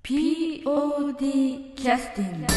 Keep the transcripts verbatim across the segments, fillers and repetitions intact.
ピーオーディー キャスティング。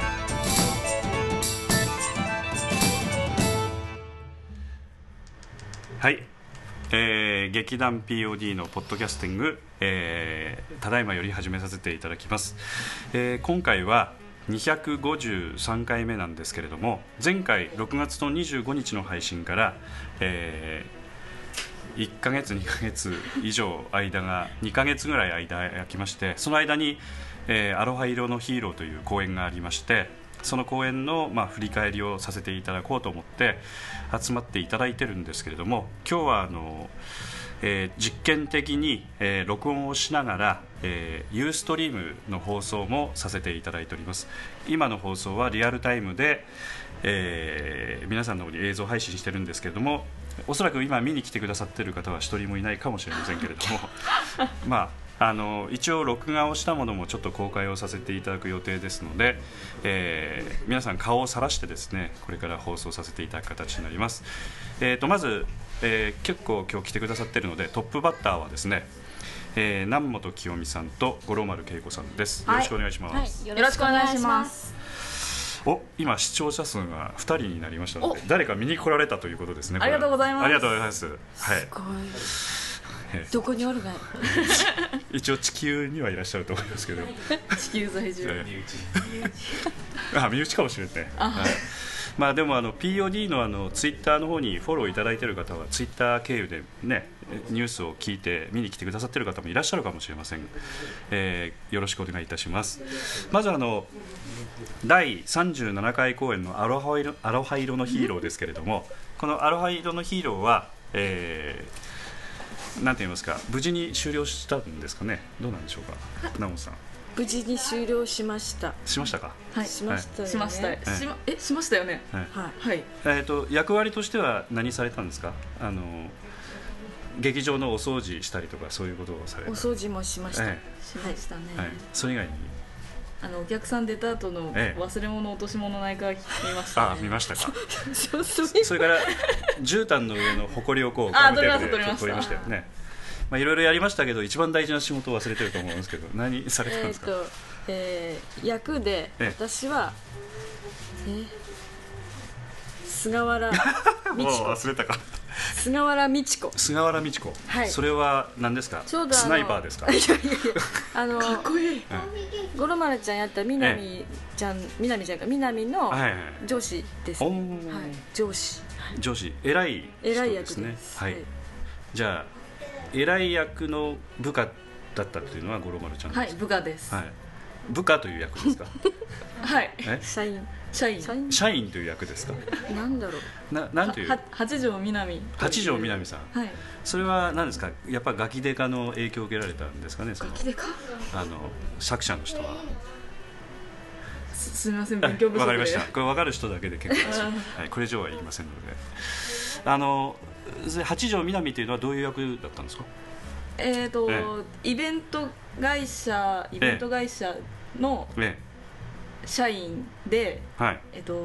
はい、えー、劇団 ピーオーディー のポッドキャスティング、えー、ただいまより始めさせていただきます、えー、今回はにひゃくごじゅうさんかいめなんですけれども、前回ろくがつのにじゅうごにちの配信から、えー、いっかげつにかげつ以上間がにかげつぐらい間空きまして、その間に、えー、アロハ色のヒーローという公演がありまして、その公演の、まあ、振り返りをさせていただこうと思って集まっていただいてるんですけれども、今日はあの、えー、実験的に、えー、録音をしながら、えー、ユーストリームの放送もさせていただいております。今の放送はリアルタイムで、えー、皆さんの方に映像配信してるんですけれども、おそらく今見に来てくださってる方は一人もいないかもしれませんけれどもまああの一応録画をしたものもちょっと公開をさせていただく予定ですので、えー、皆さん顔をさらしてですね、これから放送させていただく形になります。えーとまず、えー、結構今日来てくださっているので、トップバッターはですね、えー、南本清美さんと五郎丸恵子さんです、はい、よろしくお願いします、 はい、よろしくお願いします。 お、今視聴者数がふたりになりましたので、誰か見に来られたということですね。 ありがとうございます。 ありがとうございます。はい、 すごい。どこにおるがい一応地球にはいらっしゃると思いますけど地球在住あ、身内かもしれないね。はい、まあ、でもあの ピーオーディー の, あのツイッターの方にフォローいただいている方はツイッター経由で、ね、ニュースを聞いて見に来てくださっている方もいらっしゃるかもしれません、えー、よろしくお願いいたします。まずあのだいさんじゅうななかい公演のアロハ色、アロハ色のヒーローですけれども、このアロハ色のヒーローは、えーなんて言いますか、無事に終了したんですかね。どうなんでしょうか、南本さん。 無事に終了しました。 しましたか。 はい、しましたよね。 しました。しま、え、しましたよね。 はい。 はい。 えーと、役割としては何されたんですか。あの劇場のお掃除したりとかそういうことをされた。 お掃除もしました。 ええ、しましたね。 はい。それ以外に。 あのお客さん出た後の忘れ物、落とし物ないか見ました、ね。 あ、見ましたか。 それから絨毯の上の埃をこうガムテープで取りましたよね。まあいろいろやりましたけど、一番大事な仕事を忘れてると思うんですけど、何されたんですか。 えーとえー、役で私は、えー、菅原美智子。 忘れたか。 菅原美智子。 菅原美智子。はい。それは何ですか。スナイパーですか。 いやいやいや、あのかっこいい。 五郎丸ちゃんやった南ちゃん、南ちゃんが南の上司です、ね。はい、上司。 上司、偉い人ですね。はい。じゃあ偉い役の部下だったというのは五郎丸ちゃんです。 はい、部下です。 はい。部下という役ですか。 はい。 え？ 社員。 社員。 社員という役ですか。 なんだろう。な、なんていう。 八条みなみ。 八条みなみさん。 はい。 それは何ですか。やっぱガキデカの影響を受けられたんですかね。 ガキデカ。 あの作者の人は。 す, すみません、勉強不足で。 わかりました。これ分かる人だけで結構です。はい。これ以上は言いませんので。あの八条みなみというのはどういう役だったんですか。 えーと、ええ、イベント会社イベント会社の社員で、 ええ、はい、 えっと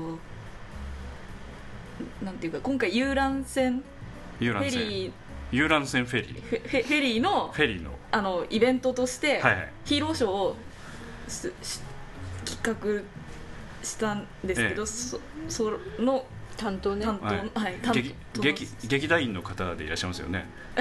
なんていうか、今回遊覧船遊覧船フェリー遊覧船フェリーフェフェリーのフェリーのあのイベントとして、 はいはい、 ヒーローショーをしし企画したんですけど、ええ、そ, その担当ね、 担当、はいはい、担当劇, 劇団員の方でいらっしゃいますよね。はい、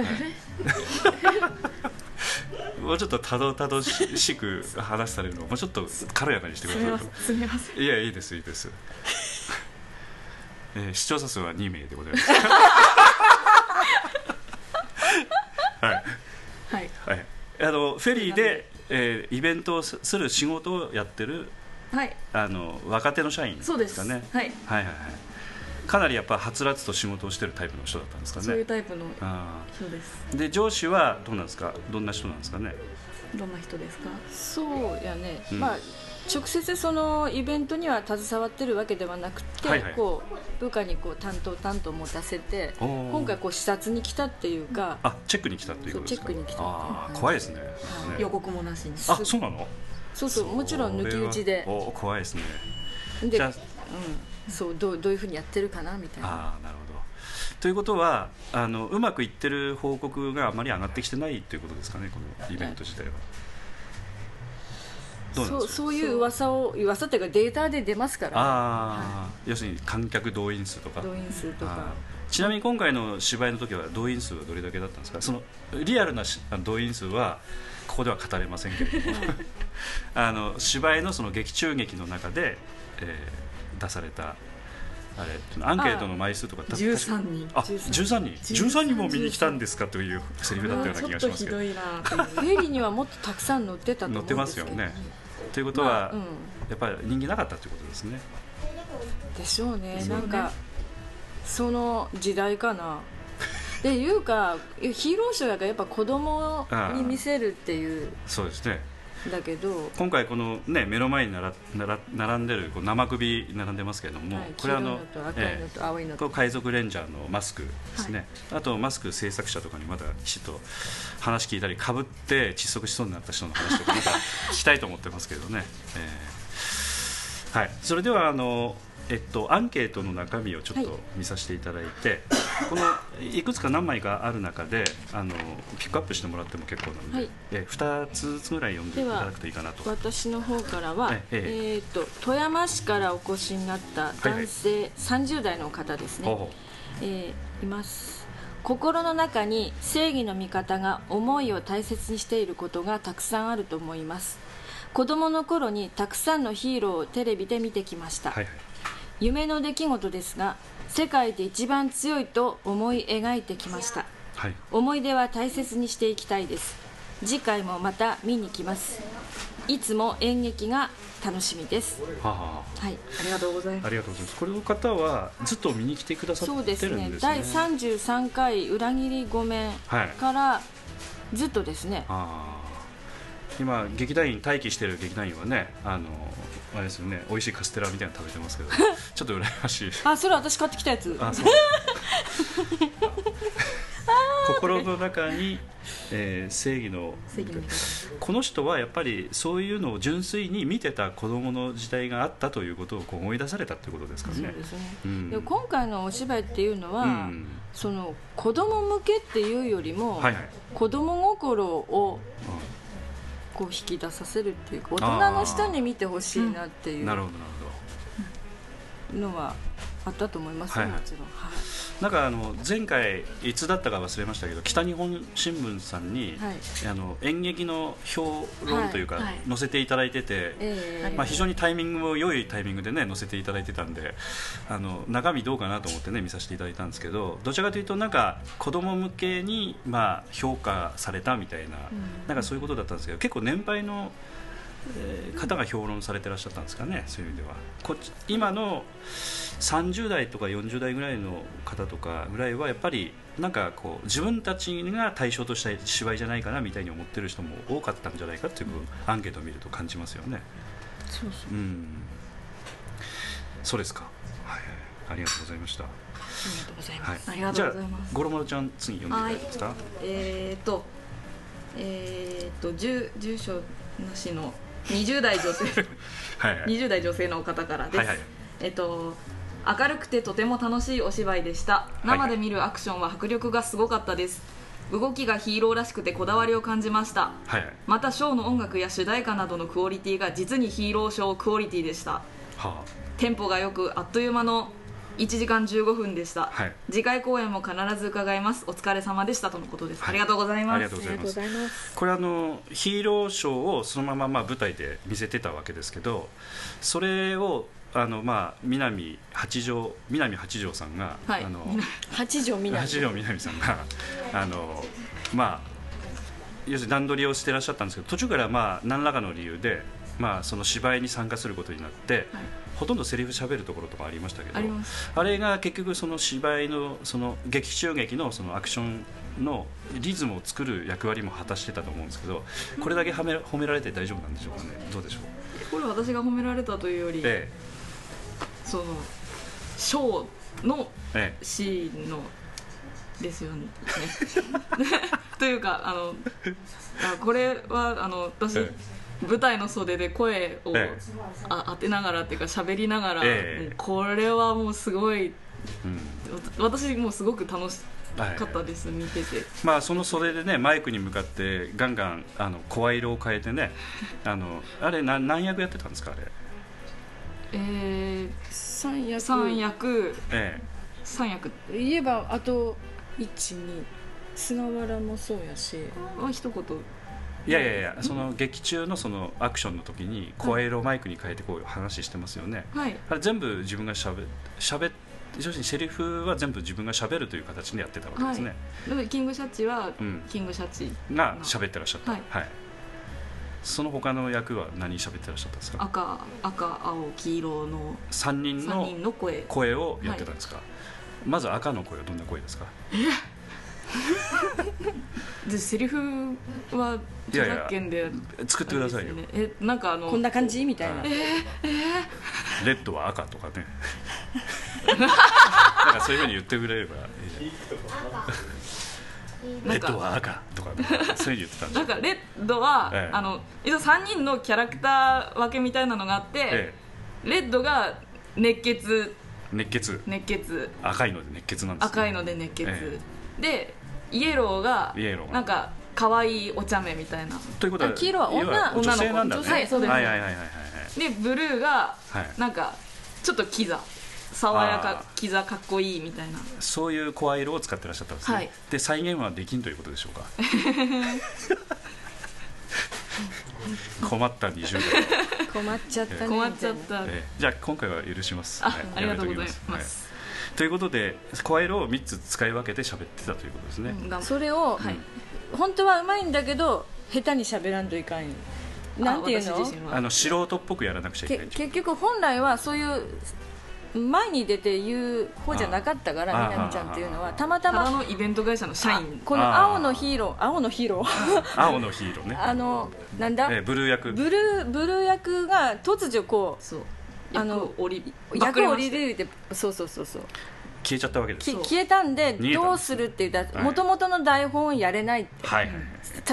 もうちょっとたどたど し, しく話されるのをもうちょっと軽やかにしてください。 すみません。 いや、いいですいいです、えー、視聴者数はにめいでございますはい、 はいはい、あのフェリーで、えー、イベントをする仕事をやってる、 はい、 あの若手の社員ですかね。 そうです、はい、 はいはいはい。かなりやっぱはつらつと仕事をしてるタイプの人だったんですかね。 そういうタイプの人です。 で上司はどうなんですか。どんな人なんですかね。 どんな人ですか。 そうやね、うん、まあ直接そのイベントには携わってるわけではなくて、はいはい、こう部下にこう担当担当持たせて、今回こう視察に来たっていうか、 あ、チェックに来たっていうことですか。 チェックに来た。 あ、怖いですね。ね、 予告もなしに。 あ、そうなの。 そうそう、もちろん抜き打ちで。 お、怖いですね。 で、じゃあ、うん、そうどう、どういうふうにやってるかなみたいな。 あ、なるほど。ということはあのうまくいってる報告があまり上がってきてないということですかね、このイベント自体は。 どうなんですか。 そう、そういう噂を噂っていうかデータで出ますから、ね、 あ、 はい、 要するに観客動員数とか。 動員数とか。 ちなみに今回の芝居の時は動員数はどれだけだったんですか。そのリアルな動員数はここでは語れませんけれどもあの芝居のその劇中劇の中で、えー、出されたあれアンケートの枚数とかじゅうさんにん。 あ、じゅうさんにんじゅうさんにんも見に来たんですかというセリフだったような気がしますけど、 ちょっとひどいなというフェリーにはもっとたくさん乗ってたと思うんですけど、 乗ってますよね。ということは、まあ、うん、やっぱり人気なかったということですね。 でしょうね。なんかその時代かなでいうかヒーローショーやからやっぱ子供に見せるっていう。 そうですね。 だけど今回この、ね、目の前にならなら並んでるこう生首並んでますけれども、 はい、 これはあのえー、海賊レンジャーのマスクですね、はい、あとマスク制作者とかにまだきちっと話聞いたりかぶって窒息しそうになった人の話とかまた聞きたいと思ってますけどね、えーはい、それではあのえっと、アンケートの中身をちょっと見させていただいて、はい、このいくつか何枚かある中であのピックアップしてもらっても結構なので、はい、えふたつぐらい読んでいただくといいかなと。 私の方からは、えええー、と富山市からお越しになった男性、はいはい、さんじゅう代の方ですね、ほうほう、えー、います。心の中に正義の味方が思いを大切にしていることがたくさんあると思います。子供の頃にたくさんのヒーローをテレビで見てきました、はいはい、夢の出来事ですが世界で一番強いと思い描いてきました、はい、思い出は大切にしていきたいです。次回もまた見に来ます。いつも演劇が楽しみです。 はあはあ、はい、ありがとうございます。 ありがとうございます。これの方はずっと見に来てくださってるんですね。そうですね。 だいさんじゅうさんかい裏切りごめんからずっとですね、 はい、今劇団員待機してる劇団員はね、あのあれですよね、美味しいカステラみたいなの食べてますけどちょっと羨ましいあ、それ私買ってきたやつ。あ、そう心の中に、えー、正義のこの人はやっぱりそういうのを純粋に見てた子供の時代があったということをこう思い出されたということですかね。 そうですね、うん、で今回のお芝居っていうのは、うん、その子供向けっていうよりも、はいはい、子供心をこう引き出させるっていうか大人の人に見てほしいなっていうのはあったと思いますよ、もちろん、はい、 なんかあの前回いつだったか忘れましたけど北日本新聞さんに、はい、あの演劇の評論というか、はい、載せていただいてて、えーまあ、非常にタイミングも良いタイミングでね載せていただいてたんであの中身どうかなと思ってね見させていただいたんですけど、どちらかというとなんか子供向けにまあ評価されたみたいな、うん、なんかそういうことだったんですけど、結構年配のえー、方が評論されてらっしゃったんですかね。そういう意味ではこっち今のさんじゅう代とかよんじゅう代ぐらいの方とかぐらいはやっぱりなんかこう自分たちが対象とした芝居じゃないかなみたいに思ってる人も多かったんじゃないかっていう、うん、アンケートを見ると感じますよね。 そうそう、 うん、そうですか、はい、ありがとうございました。 ありがとうございます、 はい、ありがとうございます。 じゃあ五郎丸ちゃん次読んでいただけますか。はい、 えー、っとえー、っと住住所なしのにじゅう代女性はい、はい、にじゅう代女性の方からです、はいはい、えっと明るくてとても楽しいお芝居でした。生で見るアクションは迫力がすごかったです。動きがヒーローらしくてこだわりを感じました、はいはい、またショーの音楽や主題歌などのクオリティが実にヒーローショークオリティでした、はあ、テンポがよくあっという間のいちじかんじゅうごふんでした、はい、次回公演も必ず伺います。お疲れ様でしたとのことです、はい、ありがとうございます。 ありがとうございます。 これあのヒーローショーをそのまままあ舞台で見せてたわけですけど、それをあのまあ南八条南八条さんが、はい、あの八条南八条南さんがあのまあ要するに段取りをしてらっしゃったんですけど、途中からまあ何らかの理由でまあその芝居に参加することになって、はい、ほとんどセリフ喋るところとかありましたけど、 あ, あれが結局その芝居のその劇中劇のそのアクションのリズムを作る役割も果たしてたと思うんですけど、これだけ褒め、褒められて大丈夫なんでしょうかね。どうでしょう。 これ私が褒められたというより、ええ、そのショーのシーンの、ええ、ですよねというかあのあこれはあの私、ええ、舞台の袖で声を、ええ、あ当てながらっていうか喋りながら、ええ、これはもうすごい、うん、私もうすごく楽しかったです、はい、見てて、 まあ、その袖でねマイクに向かってガンガンあの声色を変えてねあのあれな何役やってたんですかあれ。 えー、 さん役さん役、 ええ、 さん役言えばあといちに菅原もそうやしあ一言いやいやいやその劇中のそのアクションの時に声色をマイクに変えてこう話してますよね、 はい、 あれ全部自分がしゃべしゃべ要するにセリフは全部自分がしゃべるという形でやってたわけですね、 はい、キングシャチは、うん、キングシャチが喋ってらっしゃった、 はいはい、その他の役は何喋ってらっしゃったんですか。 赤、赤、青、黄色のさんにん の, の 声, 声をやってたんですか、はい、まず赤の声はどんな声ですか。 でセリフは著作権で、 ね、作ってくださいよ。 えなんかあのこんな感じみたいな、 えーえー、レッドは赤とかねなんかそういうふうに言ってくれればいいレッドは赤とか、ね、そういうふうに言ってたんですなんかレッドは、ええ、あの一応さんにんのキャラクター分けみたいなのがあって、ええ、レッドが熱血熱血熱血赤いので熱血なんです、ね、 赤いので熱血、 ええ、でイエローがイエローがなんか可愛いお茶目みたいな。 ということは黄色は 女, 女性なんだね。 はい、そうです。 はいはいはいはいはい。 でブルーがなんかちょっとキザ、爽やかキザかっこいいみたいな。 そういう声色を使ってらっしゃったんですね。はい、で再現はできんということでしょうか。困ったにじゅう代。 困っちゃったね。 困っちゃった。 えー、じゃあ今回は許します。 あ、 はい、 ありがとうございます。 はいということで声色をみっつ使い分けて喋ってたということですね、 うん、それを、はい、本当はうまいんだけど下手に喋らんといかんよ。なんていうのあの素人っぽくやらなくちゃいけない。 結局本来はそういう前に出て言う方じゃなかったからみなみちゃんっていうのはたまたまただのイベント会社の社員。 この青のヒーロー青のヒーロー青のヒーローねあのなんだ、 えー、ブルー役ブルーブルー役が突如こうそうあの役降り役降りれるってそうそうそうそう消えちゃったわけです。 消えたんでどうするって言ったらもともとの台本をやれないって、はいはいはい、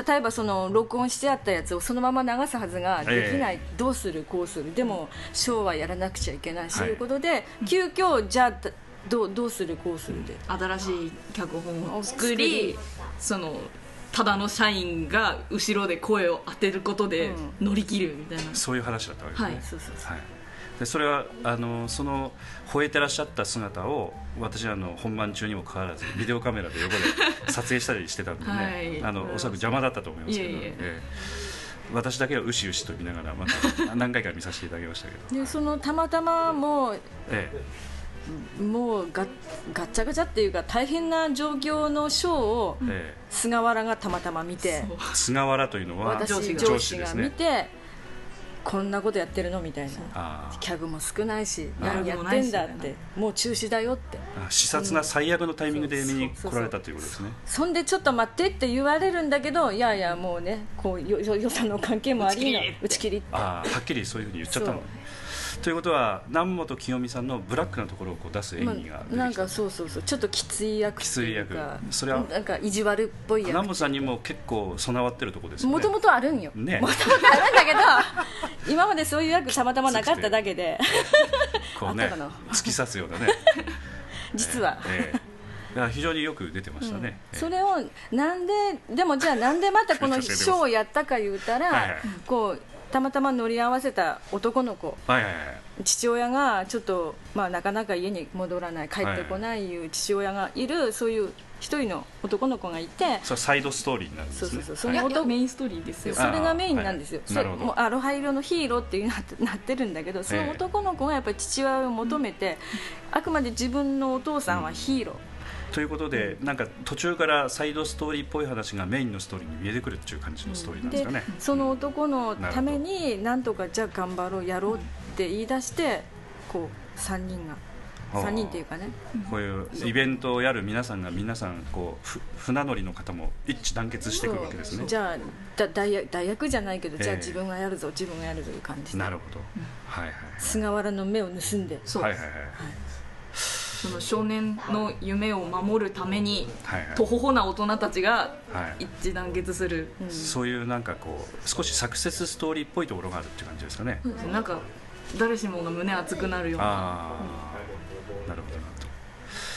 例えばその録音してあったやつをそのまま流すはずができない、えー、どうするこうするでもショーはやらなくちゃいけないと、はい、いうことで急遽じゃあどう、どうするこうするで新しい脚本を作りそのただの社員が後ろで声を当てることで乗り切るみたいな、うん、 そういう話だったわけですね。 はい、そうそうそう、はいでそれはあのその吠えてらっしゃった姿を私はあの本番中にもかかわらずビデオカメラで横で撮影したりしてたんでね、はい、あのおそらく邪魔だったと思いますけど、いえいえ、えー、私だけはウシウシと見ながらまた何回か見させていただきましたけどでそのたまたまもう、 ええ、もうガッ、ガッチャガチャっていうか大変な状況のショーを菅原がたまたま見て、 菅原というのは私上司が見てこんなことやってるのみたいなキャグも少ないし何やってんだってもう中止だよって視察な最悪のタイミングで見に来られたということですね。 そんでちょっと待ってって言われるんだけどいやいやもうねこう予算の関係もありの打ち切りってあはっきりそういうふうに言っちゃったのということは南本清美さんのブラックなところをこう出す演技が出てきた、 まあ、なんかそうそうそうちょっときつい役きつい役それはなんか意地悪っぽい役南本さんにも結構備わってるところですよね。 もともとあるんよもともとあるんだけど今までそういう役たまたまなかっただけでこうね突き刺すようなね実は、 えーえー、非常によく出てましたね、 うん、それをなんででもじゃあなんでまたこのショーをやったか言うたらはい、はい、こうたまたま乗り合わせた男の子、 はいはいはい、 父親がちょっと、まあ、なかなか家に戻らない帰ってこないいう父親がいるそういう一人の男の子がいてそれサイドストーリーになるんですね。そうそうそう、はい、メインストーリーですよ。 それがメインなんですよ。それもうアロハ色のヒーローっていうなってなってるんだけどその男の子がやっぱり父親を求めて、えー、あくまで自分のお父さんはヒーロー、うんということで、なんか途中からサイドストーリーっぽい話がメインのストーリーに見えてくるっていう感じのストーリーなんですかね、 うん、でその男のためになんとかじゃあ頑張ろうやろうって言い出してこうさんにんがさんにんっていうかねこういうイベントをやる皆さんが皆さんこう船乗りの方も一致団結していくわけですね。 じゃあだ大役、大役じゃないけど、えー、じゃあ自分がやるぞ自分がやるぞいう感じでなるほど、うんはいはい、 菅原の目を盗んでそう、 はいはいはいはい、 その少年の夢を守るためにとほほな大人たちが一致団結する、 はいうん、そういうなんかこう少しサクセスストーリーっぽいところがあるっていう感じですかね。 そうですね、なんか誰しもが胸熱くなるような。 あ、うん、なるほどなと。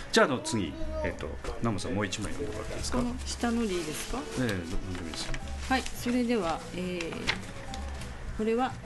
じゃあ、あの次、えっと、ナムさん、もう一枚読んでもらっていいですか。 この下のでいいですか。 ええ、読んでもいいですよ。 はい、それでは、えー、これは、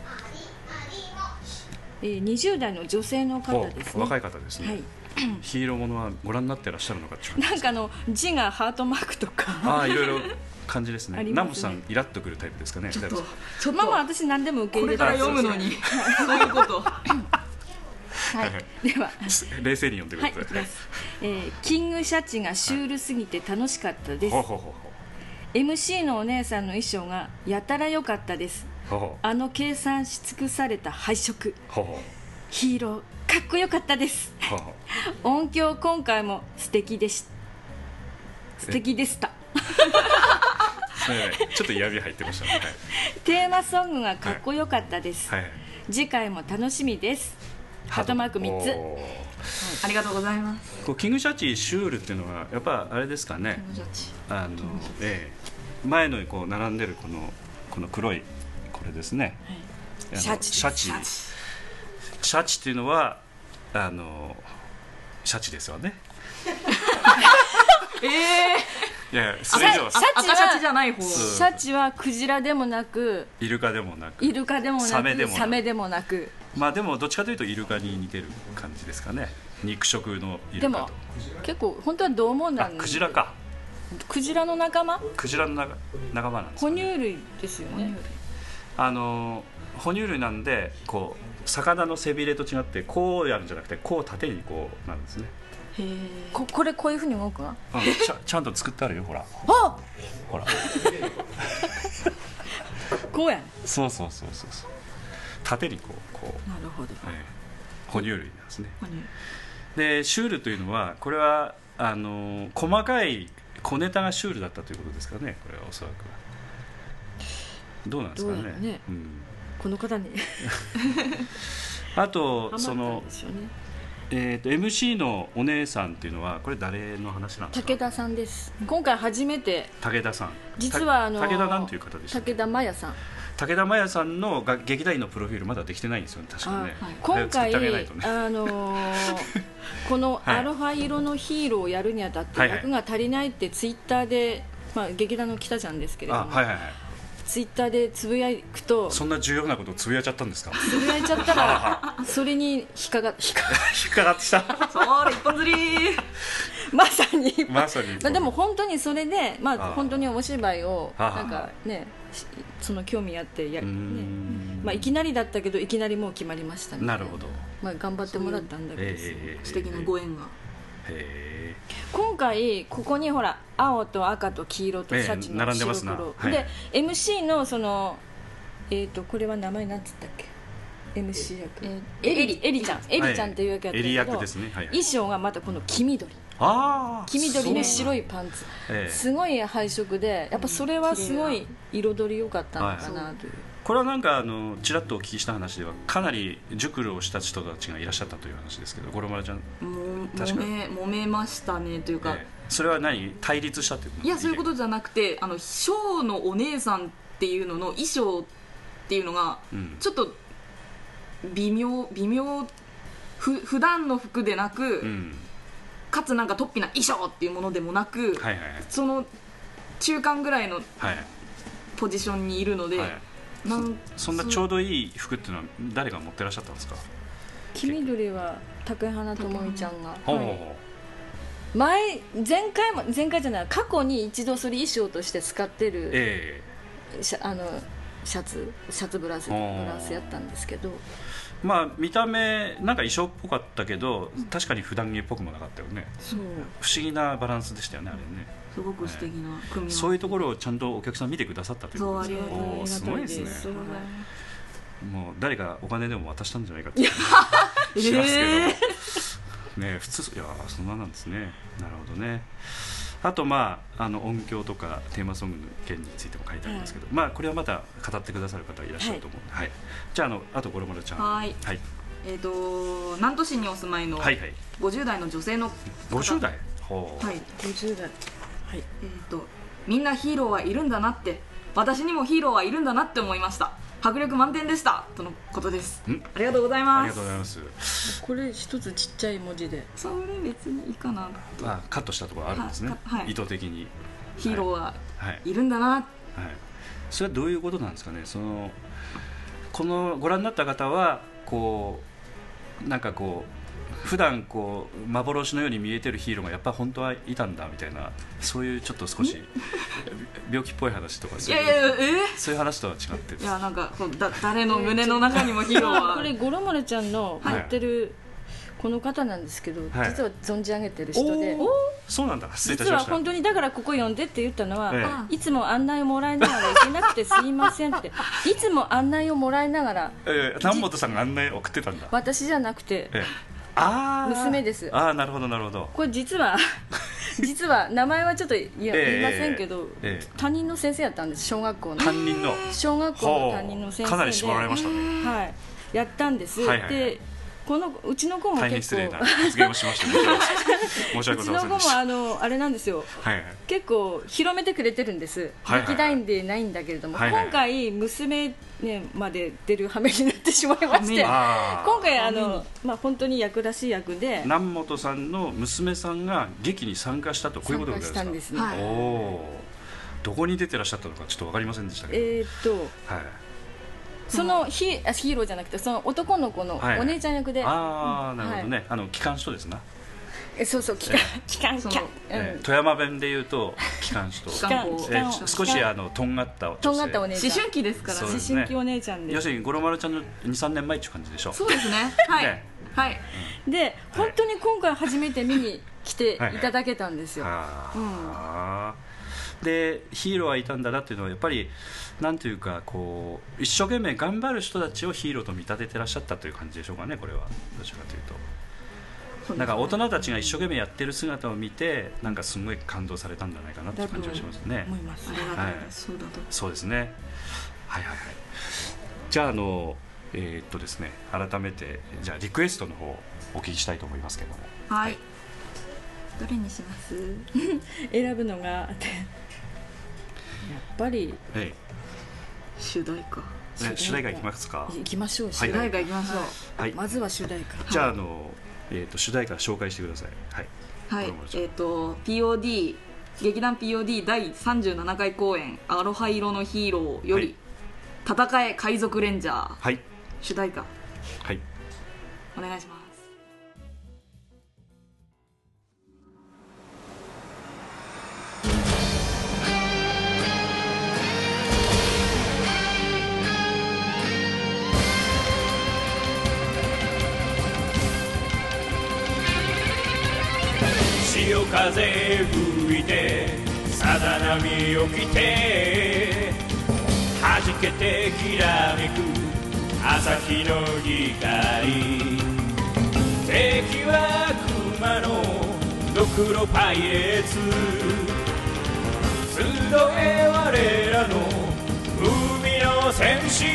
えー、にじゅう代の女性の方ですね。 若い方ですね。はい、ヒーローものはご覧になってらっしゃるのかっていう。 なんかあの字がハートマークとか、 ああ、いろいろ感じですね。ナムさん、イラッとくるタイプですかね。 ちょっと、 ちょっとまあまあ私何でも受け入れた。これから読むのに、そういうこと。 はい、では冷静に読んでください。 はい、いきます。えー、キングシャチがシュールすぎて楽しかったです。 ほうほうほうほう。 エムシー のお姉さんの衣装がやたら良かったです。 ほうほう。 あの計算し尽くされた配色、 ほうほう。 ヒーローかっこよかったです。 ほうほう。 音響今回も素敵でし素敵でした。 ちょっと嫌味入ってましたね。はい、 テーマソングがかっこよかったです。 はいはい、 次回も楽しみです。ハートマークみっつ、はい、 ありがとうございます。 こうキングシャチシュールっていうのはやっぱあれですかね。あの、ええ、前のこう並んでるこのこの黒いこれですね。 はい、シャチシャチシャチっていうのはあのシャチですよね。 ええー、 いや、それ以上は赤シャチじゃない方。 シャチはクジラでもなく、 イルカでもなく、 イルカでもなく、 サメでもなく、 サメでもなく、 まあでもどっちかというとイルカに似てる感じですかね。肉食のイルカと。でも結構本当はどうもなんで。 クジラか。 クジラの仲間？ クジラの仲仲間なんですかね。 哺乳類ですよね。 あの哺乳類なんでこう魚の背びれと違ってこうやるんじゃなくてこう縦にこうなるんですね。 へえ。ここれこういうふうに動くの？ うん、ちゃちゃんと作ってあるよ、ほら。 あ、 ほら。 こうやん。 そうそうそうそうそう。縦にこうこう。 なるほど。 ええ、哺乳類なんですね。でシュールというのはこれはあの細かい小ネタがシュールだったということですかね。これはおそらくは。どうなんですかね。 ね、うん、この方に。 あとその。えー、と エムシー のお姉さんっていうのはこれ誰の話なんですか。 武田さんです。今回初めて。 武田さん。 実はあの武田なんていう方でした。 武田真也さん。 武田真也さんのが劇団員のプロフィールまだできてないんですよね、確かね。はい、 今回、ね、あのー、このアロハ色のヒーローをやるにあたって役が足りないってツイッターで、まあ、劇団の北ちゃんですけれども、 はいはいはい、 ツイッターでつぶやくと、 そんな重要なことをつぶやいちゃったんですか。 つぶやいちゃったらそれに引っかか引っかかってきた。 それ一本釣り。 まさにまさに。 まあでも本当にそれで、まあ、本当にお芝居をなんかね、その興味あってや、ね、まあ、いきなりだったけどいきなりもう決まりましたね。 なるほど。 まあ、頑張ってもらったんだけど、 えー、素敵なご縁が。 へ今回ここにほら青と赤と黄色とシャチの白黒、はい、で エムシー のそのえっ、ー、とこれは名前なんつったっけ、 エムシー 役、えー、エリエリちゃん、エリちゃんっていう役やったけど、エリ役ですね、はいはい、衣装がまたこの黄緑、 あ黄緑の白いパンツ、えー、すごい配色でやっぱそれはすごい彩り良かったのかなという、はい、 これはなんかあのちらっとお聞きした話ではかなり熟慮をした人たちがいらっしゃったという話ですけど、五郎丸ちゃんも確か揉め揉めましたねというか、えー、それは何対立したということ。 いやそういうことじゃなくて、あのショーのお姉さんっていうのの衣装っていうのがちょっと微妙微妙ふ普段の服でなく、うん、かつなんか突飛な衣装っていうものでもなく、はいはいはい、その中間ぐらいのポジションにいるので、はいはい、 なん そ, そんなちょうどいい服っていうのは誰が持ってらっしゃったんですか。 黄緑は竹花智美ちゃんが、はい、前前回も前回じゃない過去に一度それ衣装として使ってる、えー、シャあのシャツシャツブラスブラスやったんですけど、 まあ見た目なんか衣装っぽかったけど確かに普段着っぽくもなかったよね。そう不思議なバランスでしたよね、あれね。 すごく素敵な組み合わせ、 そういうところをちゃんとお客さん見てくださったということですね。 そう、 すごいですね。もう誰かお金でも渡したんじゃないかって気しますけど、えー、ね普通いやそんななんですね。なるほどね。あとまああの音響とかテーマソングの件についても書いてありますけど、はい、まあこれはまた語ってくださる方いらっしゃると思うので、はいはい、じゃああのあと五郎丸ちゃん、 はい、はい、えっ、ー、と南砺市にお住まいのごじゅう代の女性の方、 ごじゅう代、 ほう、はい、 ごじゅう代、はい、 えっ、ー、とみんなヒーローはいるんだなって、私にもヒーローはいるんだなって思いました。 迫力満点でしたとのことです。ありがとうございます。 ありがとうございます。 これ一つちっちゃい文字で、 それ別にいいかなと。 あ、カットしたところあるんですね、はい、意図的にヒーローはいるんだな、はいはい、 それはどういうことなんですかね。そのこのご覧になった方はこうなんかこう普段こう幻のように見えてるヒーローがやっぱ本当はいたんだみたいな、そういうちょっと少し病気っぽい話とかそういう、いやいや、えー、そういう話とは違っていやなんかだ誰の胸の中にもヒーローはこれゴロモレちゃんのやってるこの方なんですけど、はい、実は存じ上げてる人で、 おそうなんだ、 実は本当にだからここ読んでって言ったのは、ええ、いつも案内をもらいながら行けなくてすいませんっていつも案内をもらいながら、 ええ、南本さんが案内を送ってたんだ。 私じゃなくて、ええ、 あ娘です。 ああ、なるほどなるほど。 これ実は実は名前はちょっと言いませんけど、えええ、担任の先生やったんです。小学校の担任の小学校の担任の先生でかなり絞られましたね、 はい、やったんです、はいはいはい、でこのうちの子も結構大変失礼な発言をしました申し訳ございませんでした。 うちの子もあのあれなんですよ、はいはい、結構広めてくれてるんです、はいはいはい、劇団員でないんだけれども、はいはいはい、今回娘、ね、まで出る羽目になってしまいまして、今回あの、まあ、本当に役らしい役で南本さんの娘さんが劇に参加したと、こういうことでございますか。 参加したんですね、はい、 おどこに出てらっしゃったのかちょっと分かりませんでしたけど、 えーっと、はい、そのヒー、ヒーローじゃなくてその男の子のお姉ちゃん役で、はいはい、 ああなるほどね、はい、あの機関士ですな。 えそうそう機関機関機関、 えー、富山弁で言うと機関士と機関、 えー、少しあのとんがったとんがったお姉ちゃん、 思春期ですから、ね、 思春期お姉ちゃんで、 要するに五郎丸ちゃんのにさんねんまえっていう感じでしょ。 そうですねはい、ね、はい、 うん、で本当に今回初めて見に来ていただけたんですよ、 はいはい、うん、でヒーローはいたんだなっていうのはやっぱりなんていうかこう一生懸命頑張る人たちをヒーローと見立ててらっしゃったという感じでしょうかね。これはどちらかというとなんか大人たちが一生懸命やってる姿を見てなんかすごい感動されたんじゃないかなっていう感じがしますね。 思います、 はい、そうだとそうですね。はいはいはい。じゃああのえー、っとですね改めてじゃあリクエストの方をお聞きしたいと思いますけども、 はい、はい、どれにします選ぶのがやっぱり、 ええ、 主題歌、 ね、主題歌いきますか。 いきましょう、 主題歌いきましょう、 はい、まずは主題歌。 じゃあ、あの、えー、と主題歌紹介してください。はい、 はい、えー、と ピーオーディー 劇団 ピーオーディー だいさんじゅうななかい公演アロハ色のヒーローより、はい、戦え海賊レンジャー、 はい、 主題歌、 はい、 お願いします。 潮風吹いてさざ波起きて弾けてきらめく朝日の光、敵は熊のドクロパイレーツ、集え我らの海の戦士、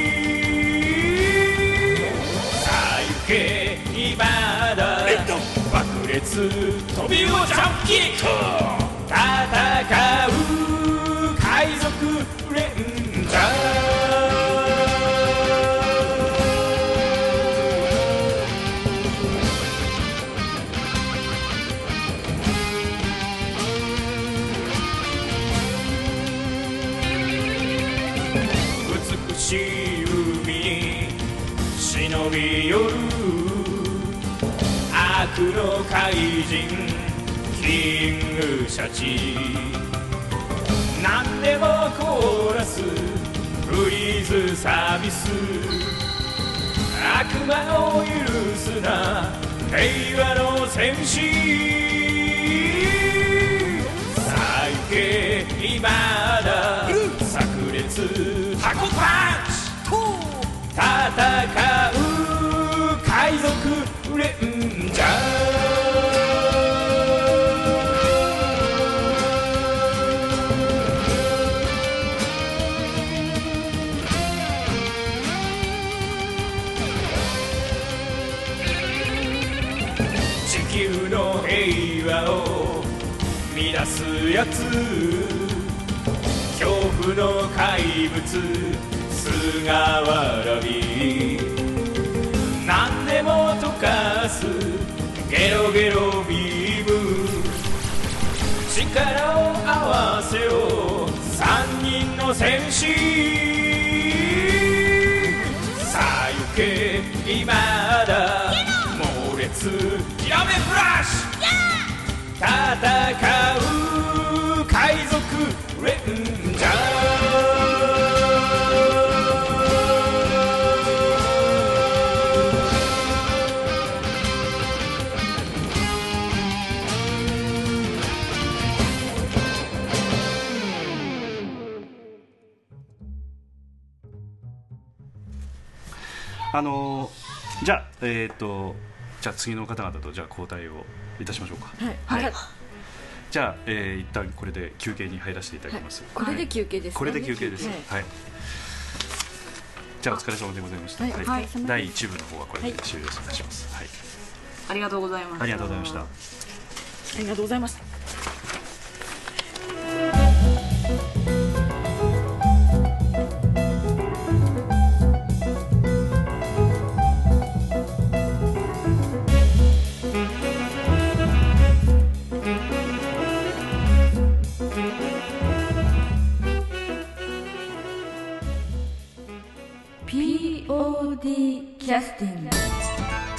さあ行け今だ爆裂飛びをジャンプキック、戦う海賊レンジャー、美しい海に忍び寄る悪の怪人キングシャチ、何でもコーラスフリーズサービス、悪魔を許すな平和の戦士、さあ行け今だ炸裂タコパンチ、戦う海賊レンジャー、地球の平和を乱すやつ、恐怖の怪物菅原ビ何でも溶かすゲロゲロビーム力を合わせよう三人の戦士さあ行け今だ猛烈やめフラッシュ戦う海賊レンジャーあのー、じゃあえっ、ー、とじゃあ次の方々とじゃあ交代をいたしましょうか。 はい、はい、 じゃあ、えー、一旦これで休憩に入らせていただきます。 はい、これで休憩です、ね、 これで休憩です、はいはい、じゃあお疲れ様でございました。はいはい、だいいち部の方はこれで終了いたします、はいはい、 ありがとうございました。 ありがとうございました。ありがとうございました。ピーオーディー キャスティング。